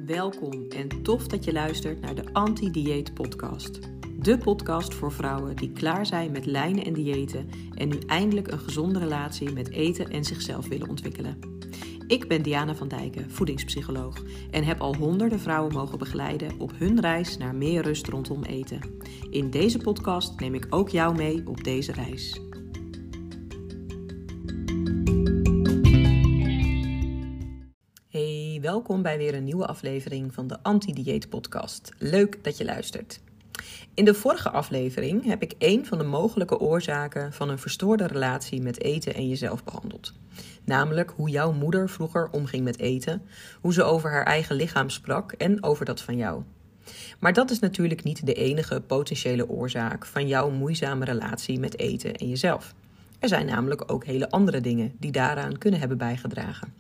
Welkom en tof dat je luistert naar de Anti-Dieet Podcast. De podcast voor vrouwen die klaar zijn met lijnen en diëten en nu eindelijk een gezonde relatie met eten en zichzelf willen ontwikkelen. Ik ben Diana van Dijken, voedingspsycholoog en heb al honderden vrouwen mogen begeleiden op hun reis naar meer rust rondom eten. In deze podcast neem ik ook jou mee op deze reis. Hey, welkom bij weer een nieuwe aflevering van de Anti-Dieet Podcast. Leuk dat je luistert. In de vorige aflevering heb ik een van de mogelijke oorzaken van een verstoorde relatie met eten en jezelf behandeld. Namelijk hoe jouw moeder vroeger omging met eten, hoe ze over haar eigen lichaam sprak en over dat van jou. Maar dat is natuurlijk niet de enige potentiële oorzaak van jouw moeizame relatie met eten en jezelf. Er zijn namelijk ook hele andere dingen die daaraan kunnen hebben bijgedragen.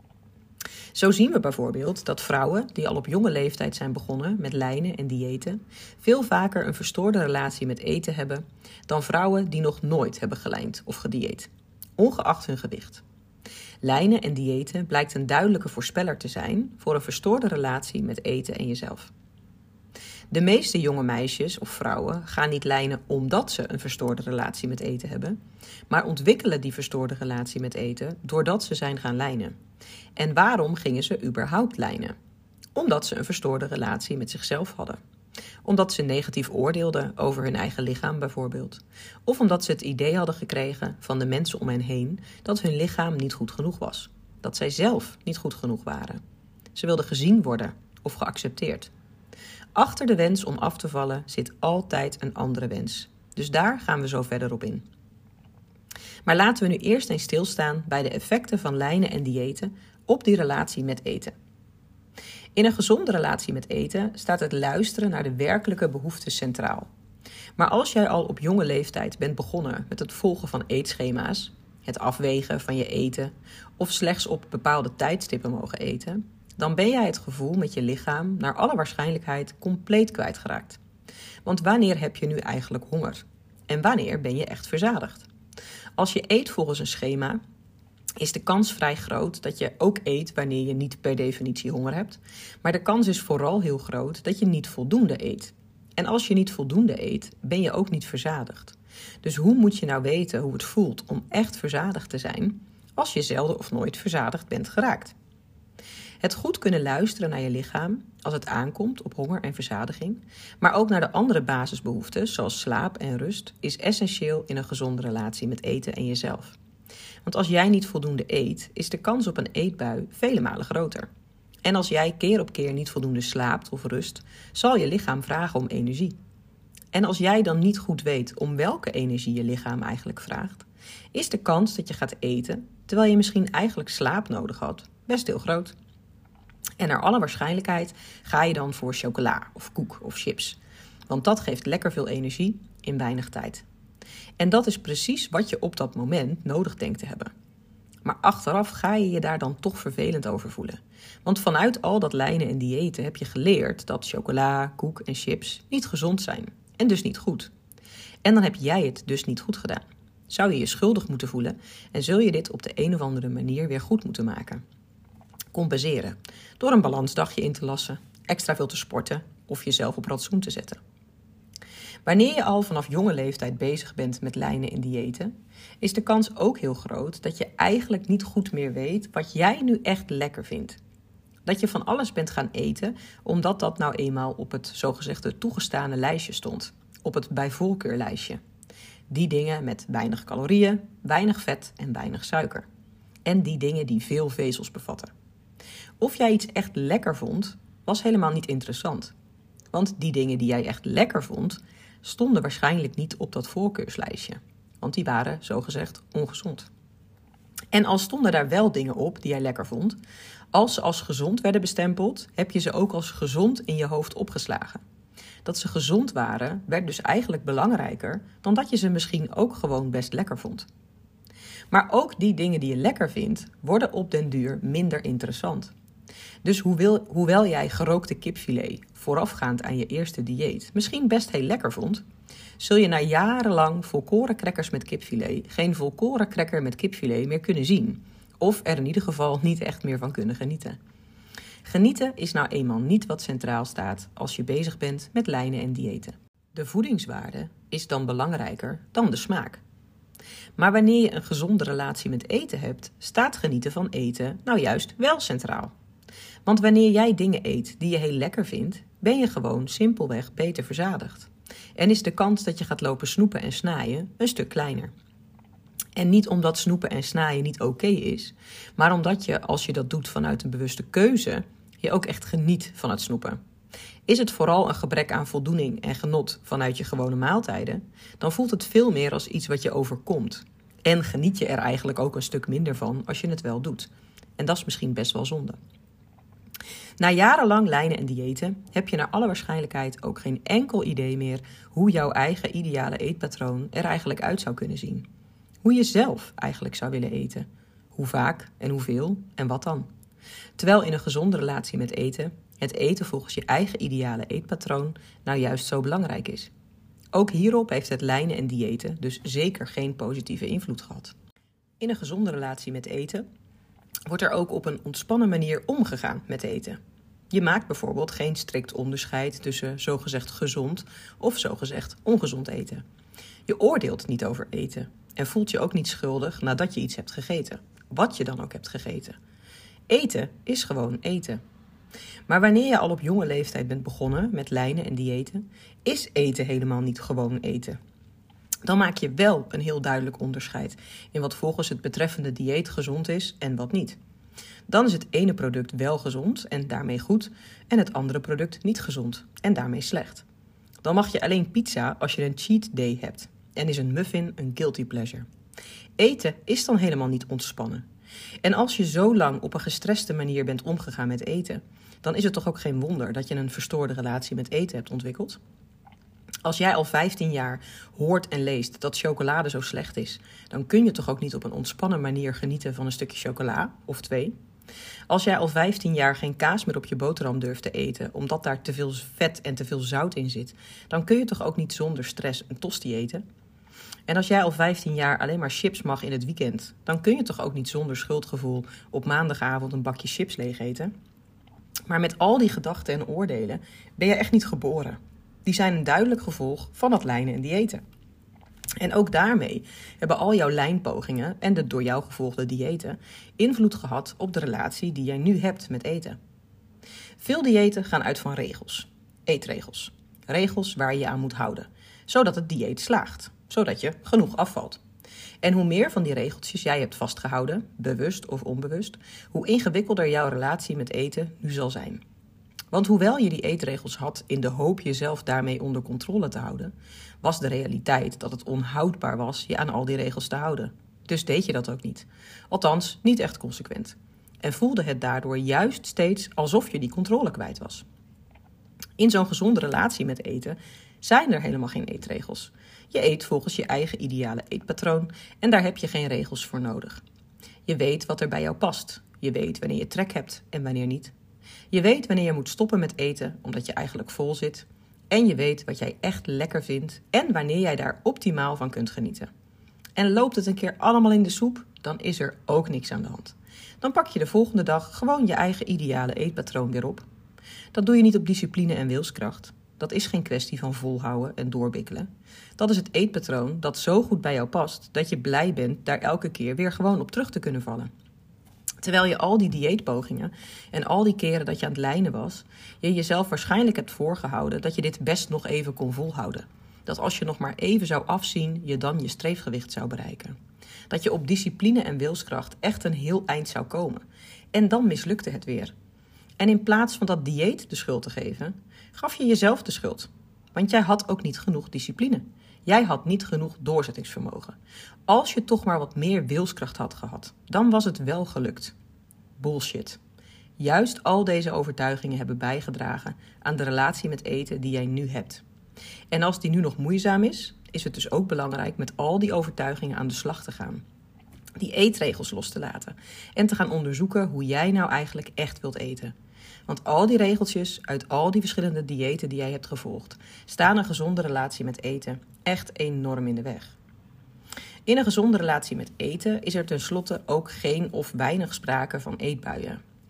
Zo zien we bijvoorbeeld dat vrouwen die al op jonge leeftijd zijn begonnen met lijnen en diëten veel vaker een verstoorde relatie met eten hebben dan vrouwen die nog nooit hebben gelijnd of gedieet, ongeacht hun gewicht. Lijnen en diëten blijkt een duidelijke voorspeller te zijn voor een verstoorde relatie met eten en jezelf. De meeste jonge meisjes of vrouwen gaan niet lijnen omdat ze een verstoorde relatie met eten hebben, maar ontwikkelen die verstoorde relatie met eten doordat ze zijn gaan lijnen. En waarom gingen ze überhaupt lijnen? Omdat ze een verstoorde relatie met zichzelf hadden. Omdat ze negatief oordeelden over hun eigen lichaam bijvoorbeeld. Of omdat ze het idee hadden gekregen van de mensen om hen heen dat hun lichaam niet goed genoeg was. Dat zij zelf niet goed genoeg waren. Ze wilden gezien worden of geaccepteerd. Achter de wens om af te vallen zit altijd een andere wens. Dus daar gaan we zo verder op in. Maar laten we nu eerst eens stilstaan bij de effecten van lijnen en diëten op die relatie met eten. In een gezonde relatie met eten staat het luisteren naar de werkelijke behoeftes centraal. Maar als jij al op jonge leeftijd bent begonnen met het volgen van eetschema's, het afwegen van je eten of slechts op bepaalde tijdstippen mogen eten, dan ben jij het gevoel met je lichaam naar alle waarschijnlijkheid compleet kwijtgeraakt. Want wanneer heb je nu eigenlijk honger? En wanneer ben je echt verzadigd? Als je eet volgens een schema, is de kans vrij groot dat je ook eet wanneer je niet per definitie honger hebt. Maar de kans is vooral heel groot dat je niet voldoende eet. En als je niet voldoende eet, ben je ook niet verzadigd. Dus hoe moet je nou weten hoe het voelt om echt verzadigd te zijn als je zelden of nooit verzadigd bent geraakt? Het goed kunnen luisteren naar je lichaam als het aankomt op honger en verzadiging, maar ook naar de andere basisbehoeften zoals slaap en rust, is essentieel in een gezonde relatie met eten en jezelf. Want als jij niet voldoende eet, is de kans op een eetbui vele malen groter. En als jij keer op keer niet voldoende slaapt of rust, zal je lichaam vragen om energie. En als jij dan niet goed weet om welke energie je lichaam eigenlijk vraagt, is de kans dat je gaat eten, terwijl je misschien eigenlijk slaap nodig had, best heel groot. En naar alle waarschijnlijkheid ga je dan voor chocola of koek of chips. Want dat geeft lekker veel energie in weinig tijd. En dat is precies wat je op dat moment nodig denkt te hebben. Maar achteraf ga je je daar dan toch vervelend over voelen. Want vanuit al dat lijnen en diëten heb je geleerd dat chocola, koek en chips niet gezond zijn. En dus niet goed. En dan heb jij het dus niet goed gedaan. Zou je je schuldig moeten voelen en zul je dit op de een of andere manier weer goed moeten maken. Compenseren, door een balansdagje in te lassen, extra veel te sporten of jezelf op rantsoen te zetten. Wanneer je al vanaf jonge leeftijd bezig bent met lijnen en diëten, is de kans ook heel groot dat je eigenlijk niet goed meer weet wat jij nu echt lekker vindt. Dat je van alles bent gaan eten omdat dat nou eenmaal op het zogezegde toegestane lijstje stond, op het bij voorkeur lijstje. Die dingen met weinig calorieën, weinig vet en weinig suiker. En die dingen die veel vezels bevatten. Of jij iets echt lekker vond, was helemaal niet interessant. Want die dingen die jij echt lekker vond, stonden waarschijnlijk niet op dat voorkeurslijstje. Want die waren, zogezegd, ongezond. En al stonden daar wel dingen op die jij lekker vond, als ze als gezond werden bestempeld, heb je ze ook als gezond in je hoofd opgeslagen. Dat ze gezond waren, werd dus eigenlijk belangrijker dan dat je ze misschien ook gewoon best lekker vond. Maar ook die dingen die je lekker vindt, worden op den duur minder interessant. Dus hoewel jij gerookte kipfilet voorafgaand aan je eerste dieet misschien best heel lekker vond, zul je na jarenlang volkoren crackers met kipfilet geen volkoren cracker met kipfilet meer kunnen zien. Of er in ieder geval niet echt meer van kunnen genieten. Genieten is nou eenmaal niet wat centraal staat als je bezig bent met lijnen en diëten. De voedingswaarde is dan belangrijker dan de smaak. Maar wanneer je een gezonde relatie met eten hebt, staat genieten van eten nou juist wel centraal. Want wanneer jij dingen eet die je heel lekker vindt, ben je gewoon simpelweg beter verzadigd. En is de kans dat je gaat lopen snoepen en snaaien een stuk kleiner. En niet omdat snoepen en snaaien niet oké is, maar omdat je, als je dat doet vanuit een bewuste keuze, je ook echt geniet van het snoepen. Is het vooral een gebrek aan voldoening en genot vanuit je gewone maaltijden, dan voelt het veel meer als iets wat je overkomt. En geniet je er eigenlijk ook een stuk minder van als je het wel doet. En dat is misschien best wel zonde. Na jarenlang lijnen en diëten heb je naar alle waarschijnlijkheid ook geen enkel idee meer hoe jouw eigen ideale eetpatroon er eigenlijk uit zou kunnen zien. Hoe je zelf eigenlijk zou willen eten. Hoe vaak en hoeveel en wat dan. Terwijl in een gezonde relatie met eten, het eten volgens je eigen ideale eetpatroon nou juist zo belangrijk is. Ook hierop heeft het lijnen en diëten dus zeker geen positieve invloed gehad. In een gezonde relatie met eten wordt er ook op een ontspannen manier omgegaan met eten. Je maakt bijvoorbeeld geen strikt onderscheid tussen zogezegd gezond of zogezegd ongezond eten. Je oordeelt niet over eten en voelt je ook niet schuldig nadat je iets hebt gegeten, wat je dan ook hebt gegeten. Eten is gewoon eten. Maar wanneer je al op jonge leeftijd bent begonnen met lijnen en diëten, is eten helemaal niet gewoon eten. Dan maak je wel een heel duidelijk onderscheid in wat volgens het betreffende dieet gezond is en wat niet. Dan is het ene product wel gezond en daarmee goed en het andere product niet gezond en daarmee slecht. Dan mag je alleen pizza als je een cheat day hebt en is een muffin een guilty pleasure. Eten is dan helemaal niet ontspannen. En als je zo lang op een gestreste manier bent omgegaan met eten, dan is het toch ook geen wonder dat je een verstoorde relatie met eten hebt ontwikkeld? Als jij al 15 jaar hoort en leest dat chocolade zo slecht is, dan kun je toch ook niet op een ontspannen manier genieten van een stukje chocola of 2? Als jij al 15 jaar geen kaas meer op je boterham durft te eten, omdat daar te veel vet en te veel zout in zit, dan kun je toch ook niet zonder stress een tosti eten? En als jij al 15 jaar alleen maar chips mag in het weekend, dan kun je toch ook niet zonder schuldgevoel op maandagavond een bakje chips leeg eten? Maar met al die gedachten en oordelen ben je echt niet geboren. Die zijn een duidelijk gevolg van dat lijnen en diëten. En ook daarmee hebben al jouw lijnpogingen en de door jou gevolgde diëten invloed gehad op de relatie die jij nu hebt met eten. Veel diëten gaan uit van regels, eetregels. Regels waar je je aan moet houden, zodat het dieet slaagt, zodat je genoeg afvalt. En hoe meer van die regeltjes jij hebt vastgehouden, bewust of onbewust, hoe ingewikkelder jouw relatie met eten nu zal zijn. Want hoewel je die eetregels had in de hoop jezelf daarmee onder controle te houden, was de realiteit dat het onhoudbaar was je aan al die regels te houden. Dus deed je dat ook niet. Althans, niet echt consequent. En voelde het daardoor juist steeds alsof je die controle kwijt was. In zo'n gezonde relatie met eten zijn er helemaal geen eetregels. Je eet volgens je eigen ideale eetpatroon en daar heb je geen regels voor nodig. Je weet wat er bij jou past. Je weet wanneer je trek hebt en wanneer niet. Je weet wanneer je moet stoppen met eten omdat je eigenlijk vol zit. En je weet wat jij echt lekker vindt en wanneer jij daar optimaal van kunt genieten. En loopt het een keer allemaal in de soep, dan is er ook niks aan de hand. Dan pak je de volgende dag gewoon je eigen ideale eetpatroon weer op. Dat doe je niet op discipline en wilskracht. Dat is geen kwestie van volhouden en doorbikkelen. Dat is het eetpatroon dat zo goed bij jou past dat je blij bent daar elke keer weer gewoon op terug te kunnen vallen. Terwijl je al die dieetpogingen en al die keren dat je aan het lijnen was, je jezelf waarschijnlijk hebt voorgehouden dat je dit best nog even kon volhouden. Dat als je nog maar even zou afzien, je dan je streefgewicht zou bereiken. Dat je op discipline en wilskracht echt een heel eind zou komen. En dan mislukte het weer. En in plaats van dat dieet de schuld te geven, gaf je jezelf de schuld. Want jij had ook niet genoeg discipline. Jij had niet genoeg doorzettingsvermogen. Als je toch maar wat meer wilskracht had gehad, dan was het wel gelukt. Bullshit. Juist al deze overtuigingen hebben bijgedragen aan de relatie met eten die jij nu hebt. En als die nu nog moeizaam is, is het dus ook belangrijk met al die overtuigingen aan de slag te gaan. Die eetregels los te laten en te gaan onderzoeken hoe jij nou eigenlijk echt wilt eten. Want al die regeltjes uit al die verschillende diëten die jij hebt gevolgd, staan een gezonde relatie met eten echt enorm in de weg. In een gezonde relatie met eten is er tenslotte ook geen of weinig sprake van eetbuien.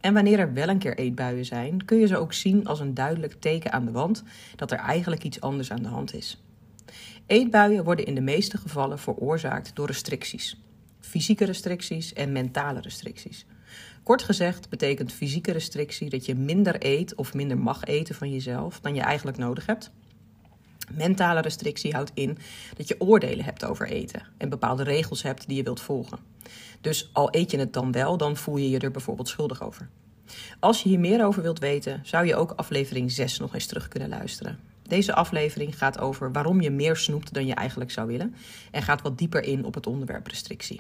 En wanneer er wel een keer eetbuien zijn, kun je ze ook zien als een duidelijk teken aan de wand dat er eigenlijk iets anders aan de hand is. Eetbuien worden in de meeste gevallen veroorzaakt door restricties. Fysieke restricties en mentale restricties. Kort gezegd betekent fysieke restrictie dat je minder eet of minder mag eten van jezelf dan je eigenlijk nodig hebt. Mentale restrictie houdt in dat je oordelen hebt over eten en bepaalde regels hebt die je wilt volgen. Dus al eet je het dan wel, dan voel je je er bijvoorbeeld schuldig over. Als je hier meer over wilt weten, zou je ook aflevering 6 nog eens terug kunnen luisteren. Deze aflevering gaat over waarom je meer snoept dan je eigenlijk zou willen en gaat wat dieper in op het onderwerp restrictie.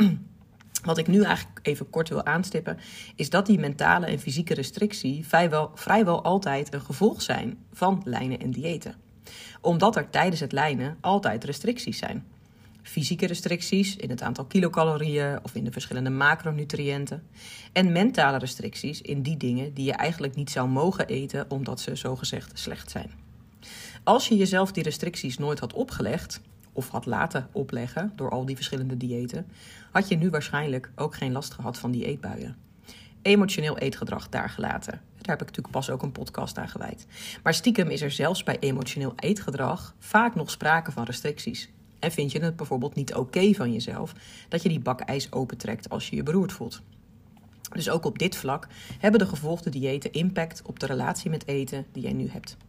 Wat ik nu eigenlijk even kort wil aanstippen, is dat die mentale en fysieke restrictie vrijwel altijd een gevolg zijn van lijnen en diëten. Omdat er tijdens het lijnen altijd restricties zijn. Fysieke restricties in het aantal kilocalorieën of in de verschillende macronutriënten. En mentale restricties in die dingen die je eigenlijk niet zou mogen eten omdat ze zogezegd slecht zijn. Als je jezelf die restricties nooit had opgelegd of had laten opleggen door al die verschillende diëten, had je nu waarschijnlijk ook geen last gehad van die eetbuien. Emotioneel eetgedrag daar gelaten. Daar heb ik natuurlijk pas ook een podcast aan gewijd. Maar stiekem is er zelfs bij emotioneel eetgedrag vaak nog sprake van restricties. En vind je het bijvoorbeeld niet oké van jezelf dat je die bak ijs opentrekt als je je beroerd voelt. Dus ook op dit vlak hebben de gevolgde diëten impact op de relatie met eten die jij nu hebt.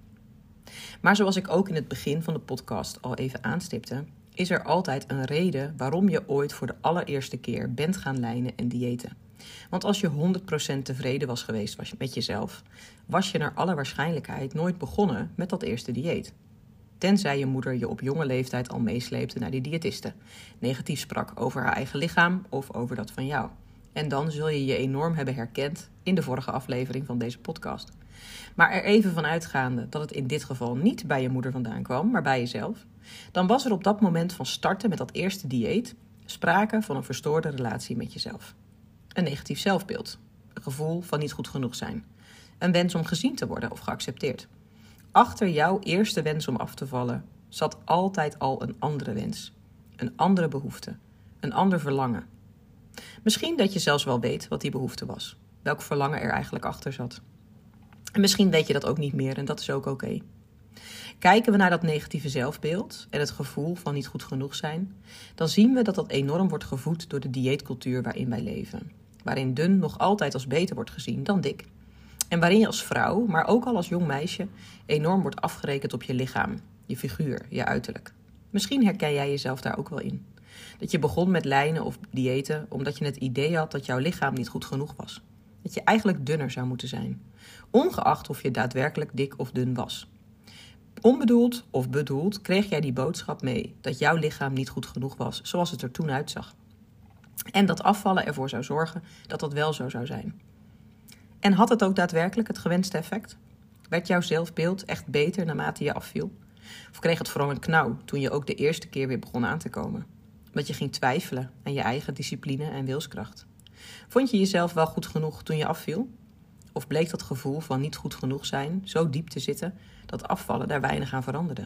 Maar zoals ik ook in het begin van de podcast al even aanstipte, is er altijd een reden waarom je ooit voor de allereerste keer bent gaan lijnen en diëten. Want als je 100% tevreden was geweest met jezelf, was je naar alle waarschijnlijkheid nooit begonnen met dat eerste dieet. Tenzij je moeder je op jonge leeftijd al meesleepte naar die diëtiste, negatief sprak over haar eigen lichaam of over dat van jou. En dan zul je je enorm hebben herkend in de vorige aflevering van deze podcast. Maar er even van uitgaande dat het in dit geval niet bij je moeder vandaan kwam, maar bij jezelf, dan was er op dat moment van starten met dat eerste dieet sprake van een verstoorde relatie met jezelf. Een negatief zelfbeeld, een gevoel van niet goed genoeg zijn, een wens om gezien te worden of geaccepteerd. Achter jouw eerste wens om af te vallen zat altijd al een andere wens, een andere behoefte, een ander verlangen. Misschien dat je zelfs wel weet wat die behoefte was, welk verlangen er eigenlijk achter zat. En misschien weet je dat ook niet meer en dat is ook oké. Kijken we naar dat negatieve zelfbeeld en het gevoel van niet goed genoeg zijn, dan zien we dat dat enorm wordt gevoed door de dieetcultuur waarin wij leven. Waarin dun nog altijd als beter wordt gezien dan dik. En waarin je als vrouw, maar ook al als jong meisje, enorm wordt afgerekend op je lichaam, je figuur, je uiterlijk. Misschien herken jij jezelf daar ook wel in. Dat je begon met lijnen of diëten omdat je het idee had dat jouw lichaam niet goed genoeg was. Dat je eigenlijk dunner zou moeten zijn. Ongeacht of je daadwerkelijk dik of dun was. Onbedoeld of bedoeld kreeg jij die boodschap mee dat jouw lichaam niet goed genoeg was zoals het er toen uitzag. En dat afvallen ervoor zou zorgen dat dat wel zo zou zijn. En had het ook daadwerkelijk het gewenste effect? Werd jouw zelfbeeld echt beter naarmate je afviel? Of kreeg het vooral een knauw toen je ook de eerste keer weer begon aan te komen? Omdat je ging twijfelen aan je eigen discipline en wilskracht. Vond je jezelf wel goed genoeg toen je afviel? Of bleek dat gevoel van niet goed genoeg zijn zo diep te zitten dat afvallen daar weinig aan veranderde?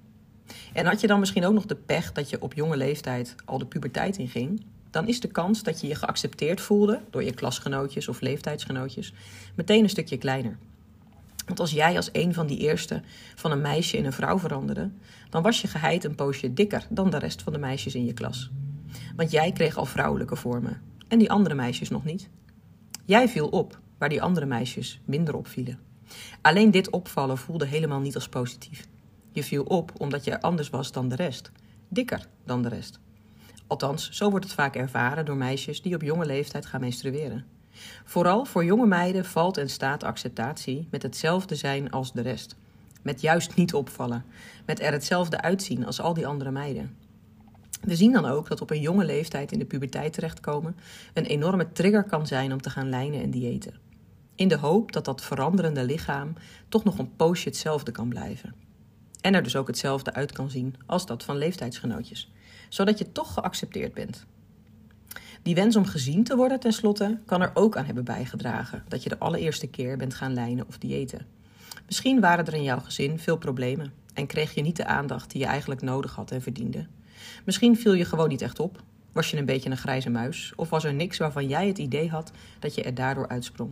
En had je dan misschien ook nog de pech dat je op jonge leeftijd al de puberteit inging, dan is de kans dat je je geaccepteerd voelde door je klasgenootjes of leeftijdsgenootjes meteen een stukje kleiner. Want als jij als een van die eerste van een meisje in een vrouw veranderde, dan was je geheid een poosje dikker dan de rest van de meisjes in je klas. Want jij kreeg al vrouwelijke vormen en die andere meisjes nog niet. Jij viel op, waar die andere meisjes minder opvielen. Alleen dit opvallen voelde helemaal niet als positief. Je viel op omdat je anders was dan de rest. Dikker dan de rest. Althans, zo wordt het vaak ervaren door meisjes die op jonge leeftijd gaan menstrueren. Vooral voor jonge meiden valt en staat acceptatie met hetzelfde zijn als de rest. Met juist niet opvallen. Met er hetzelfde uitzien als al die andere meiden. We zien dan ook dat op een jonge leeftijd in de puberteit terechtkomen een enorme trigger kan zijn om te gaan lijnen en diëten. In de hoop dat dat veranderende lichaam toch nog een poosje hetzelfde kan blijven. En er dus ook hetzelfde uit kan zien als dat van leeftijdsgenootjes. Zodat je toch geaccepteerd bent. Die wens om gezien te worden tenslotte kan er ook aan hebben bijgedragen dat je de allereerste keer bent gaan lijnen of diëten. Misschien waren er in jouw gezin veel problemen en kreeg je niet de aandacht die je eigenlijk nodig had en verdiende. Misschien viel je gewoon niet echt op, was je een beetje een grijze muis of was er niks waarvan jij het idee had dat je er daardoor uitsprong.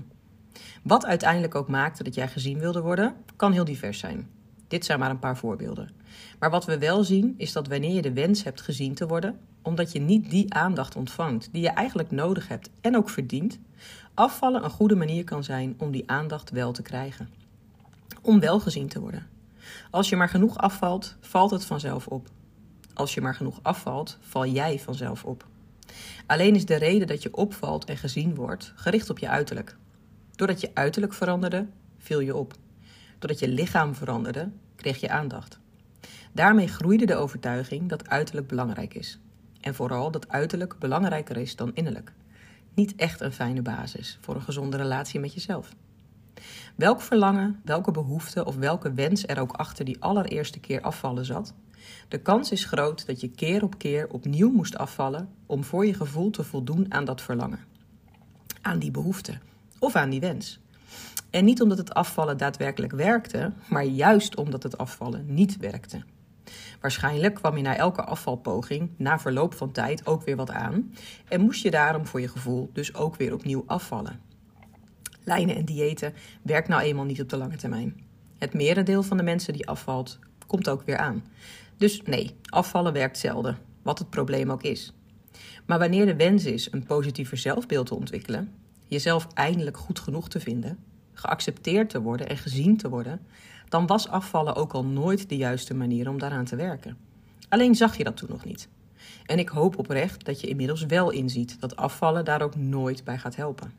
Wat uiteindelijk ook maakte dat jij gezien wilde worden, kan heel divers zijn. Dit zijn maar een paar voorbeelden. Maar wat we wel zien is dat wanneer je de wens hebt gezien te worden, omdat je niet die aandacht ontvangt die je eigenlijk nodig hebt en ook verdient, afvallen een goede manier kan zijn om die aandacht wel te krijgen. Om wel gezien te worden. Als je maar genoeg afvalt, valt het vanzelf op. Als je maar genoeg afvalt, val jij vanzelf op. Alleen is de reden dat je opvalt en gezien wordt gericht op je uiterlijk. Doordat je uiterlijk veranderde, viel je op. Doordat je lichaam veranderde, kreeg je aandacht. Daarmee groeide de overtuiging dat uiterlijk belangrijk is. En vooral dat uiterlijk belangrijker is dan innerlijk. Niet echt een fijne basis voor een gezonde relatie met jezelf. Welk verlangen, welke behoefte of welke wens er ook achter die allereerste keer afvallen zat, de kans is groot dat je keer op keer opnieuw moest afvallen om voor je gevoel te voldoen aan dat verlangen. Aan die behoefte of aan die wens. En niet omdat het afvallen daadwerkelijk werkte, maar juist omdat het afvallen niet werkte. Waarschijnlijk kwam je na elke afvalpoging na verloop van tijd ook weer wat aan en moest je daarom voor je gevoel dus ook weer opnieuw afvallen. Lijnen en diëten werkt nou eenmaal niet op de lange termijn. Het merendeel van de mensen die afvalt, komt ook weer aan. Dus nee, afvallen werkt zelden, wat het probleem ook is. Maar wanneer de wens is een positiever zelfbeeld te ontwikkelen, jezelf eindelijk goed genoeg te vinden, geaccepteerd te worden en gezien te worden, dan was afvallen ook al nooit de juiste manier om daaraan te werken. Alleen zag je dat toen nog niet. En ik hoop oprecht dat je inmiddels wel inziet dat afvallen daar ook nooit bij gaat helpen.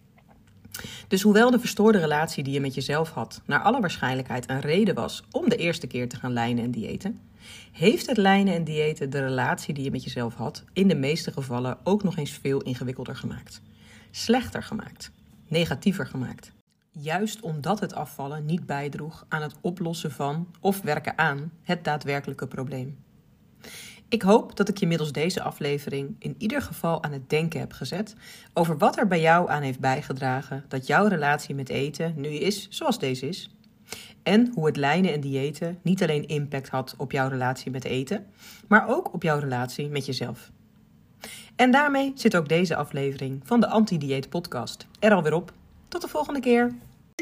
Dus hoewel de verstoorde relatie die je met jezelf had naar alle waarschijnlijkheid een reden was om de eerste keer te gaan lijnen en diëten, heeft het lijnen en diëten de relatie die je met jezelf had in de meeste gevallen ook nog eens veel ingewikkelder gemaakt. Slechter gemaakt. Negatiever gemaakt. Juist omdat het afvallen niet bijdroeg aan het oplossen van of werken aan het daadwerkelijke probleem. Ik hoop dat ik je middels deze aflevering in ieder geval aan het denken heb gezet over wat er bij jou aan heeft bijgedragen dat jouw relatie met eten nu is zoals deze is. En hoe het lijnen en diëten niet alleen impact had op jouw relatie met eten, maar ook op jouw relatie met jezelf. En daarmee zit ook deze aflevering van de Anti-Dieet Podcast er alweer op. Tot de volgende keer!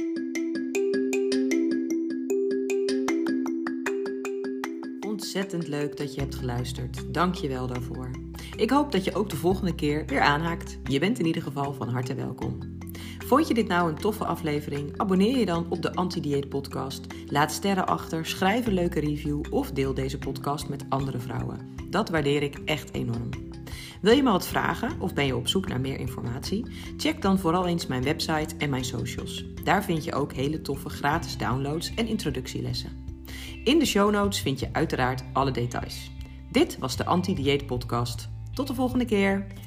Ontzettend leuk dat je hebt geluisterd. Dank je wel daarvoor. Ik hoop dat je ook de volgende keer weer aanhaakt. Je bent in ieder geval van harte welkom. Vond je dit nou een toffe aflevering? Abonneer je dan op de Anti-Dieet Podcast. Laat sterren achter, schrijf een leuke review of deel deze podcast met andere vrouwen. Dat waardeer ik echt enorm. Wil je me wat vragen of ben je op zoek naar meer informatie? Check dan vooral eens mijn website en mijn socials. Daar vind je ook hele toffe gratis downloads en introductielessen. In de show notes vind je uiteraard alle details. Dit was de Anti-Dieet Podcast. Tot de volgende keer!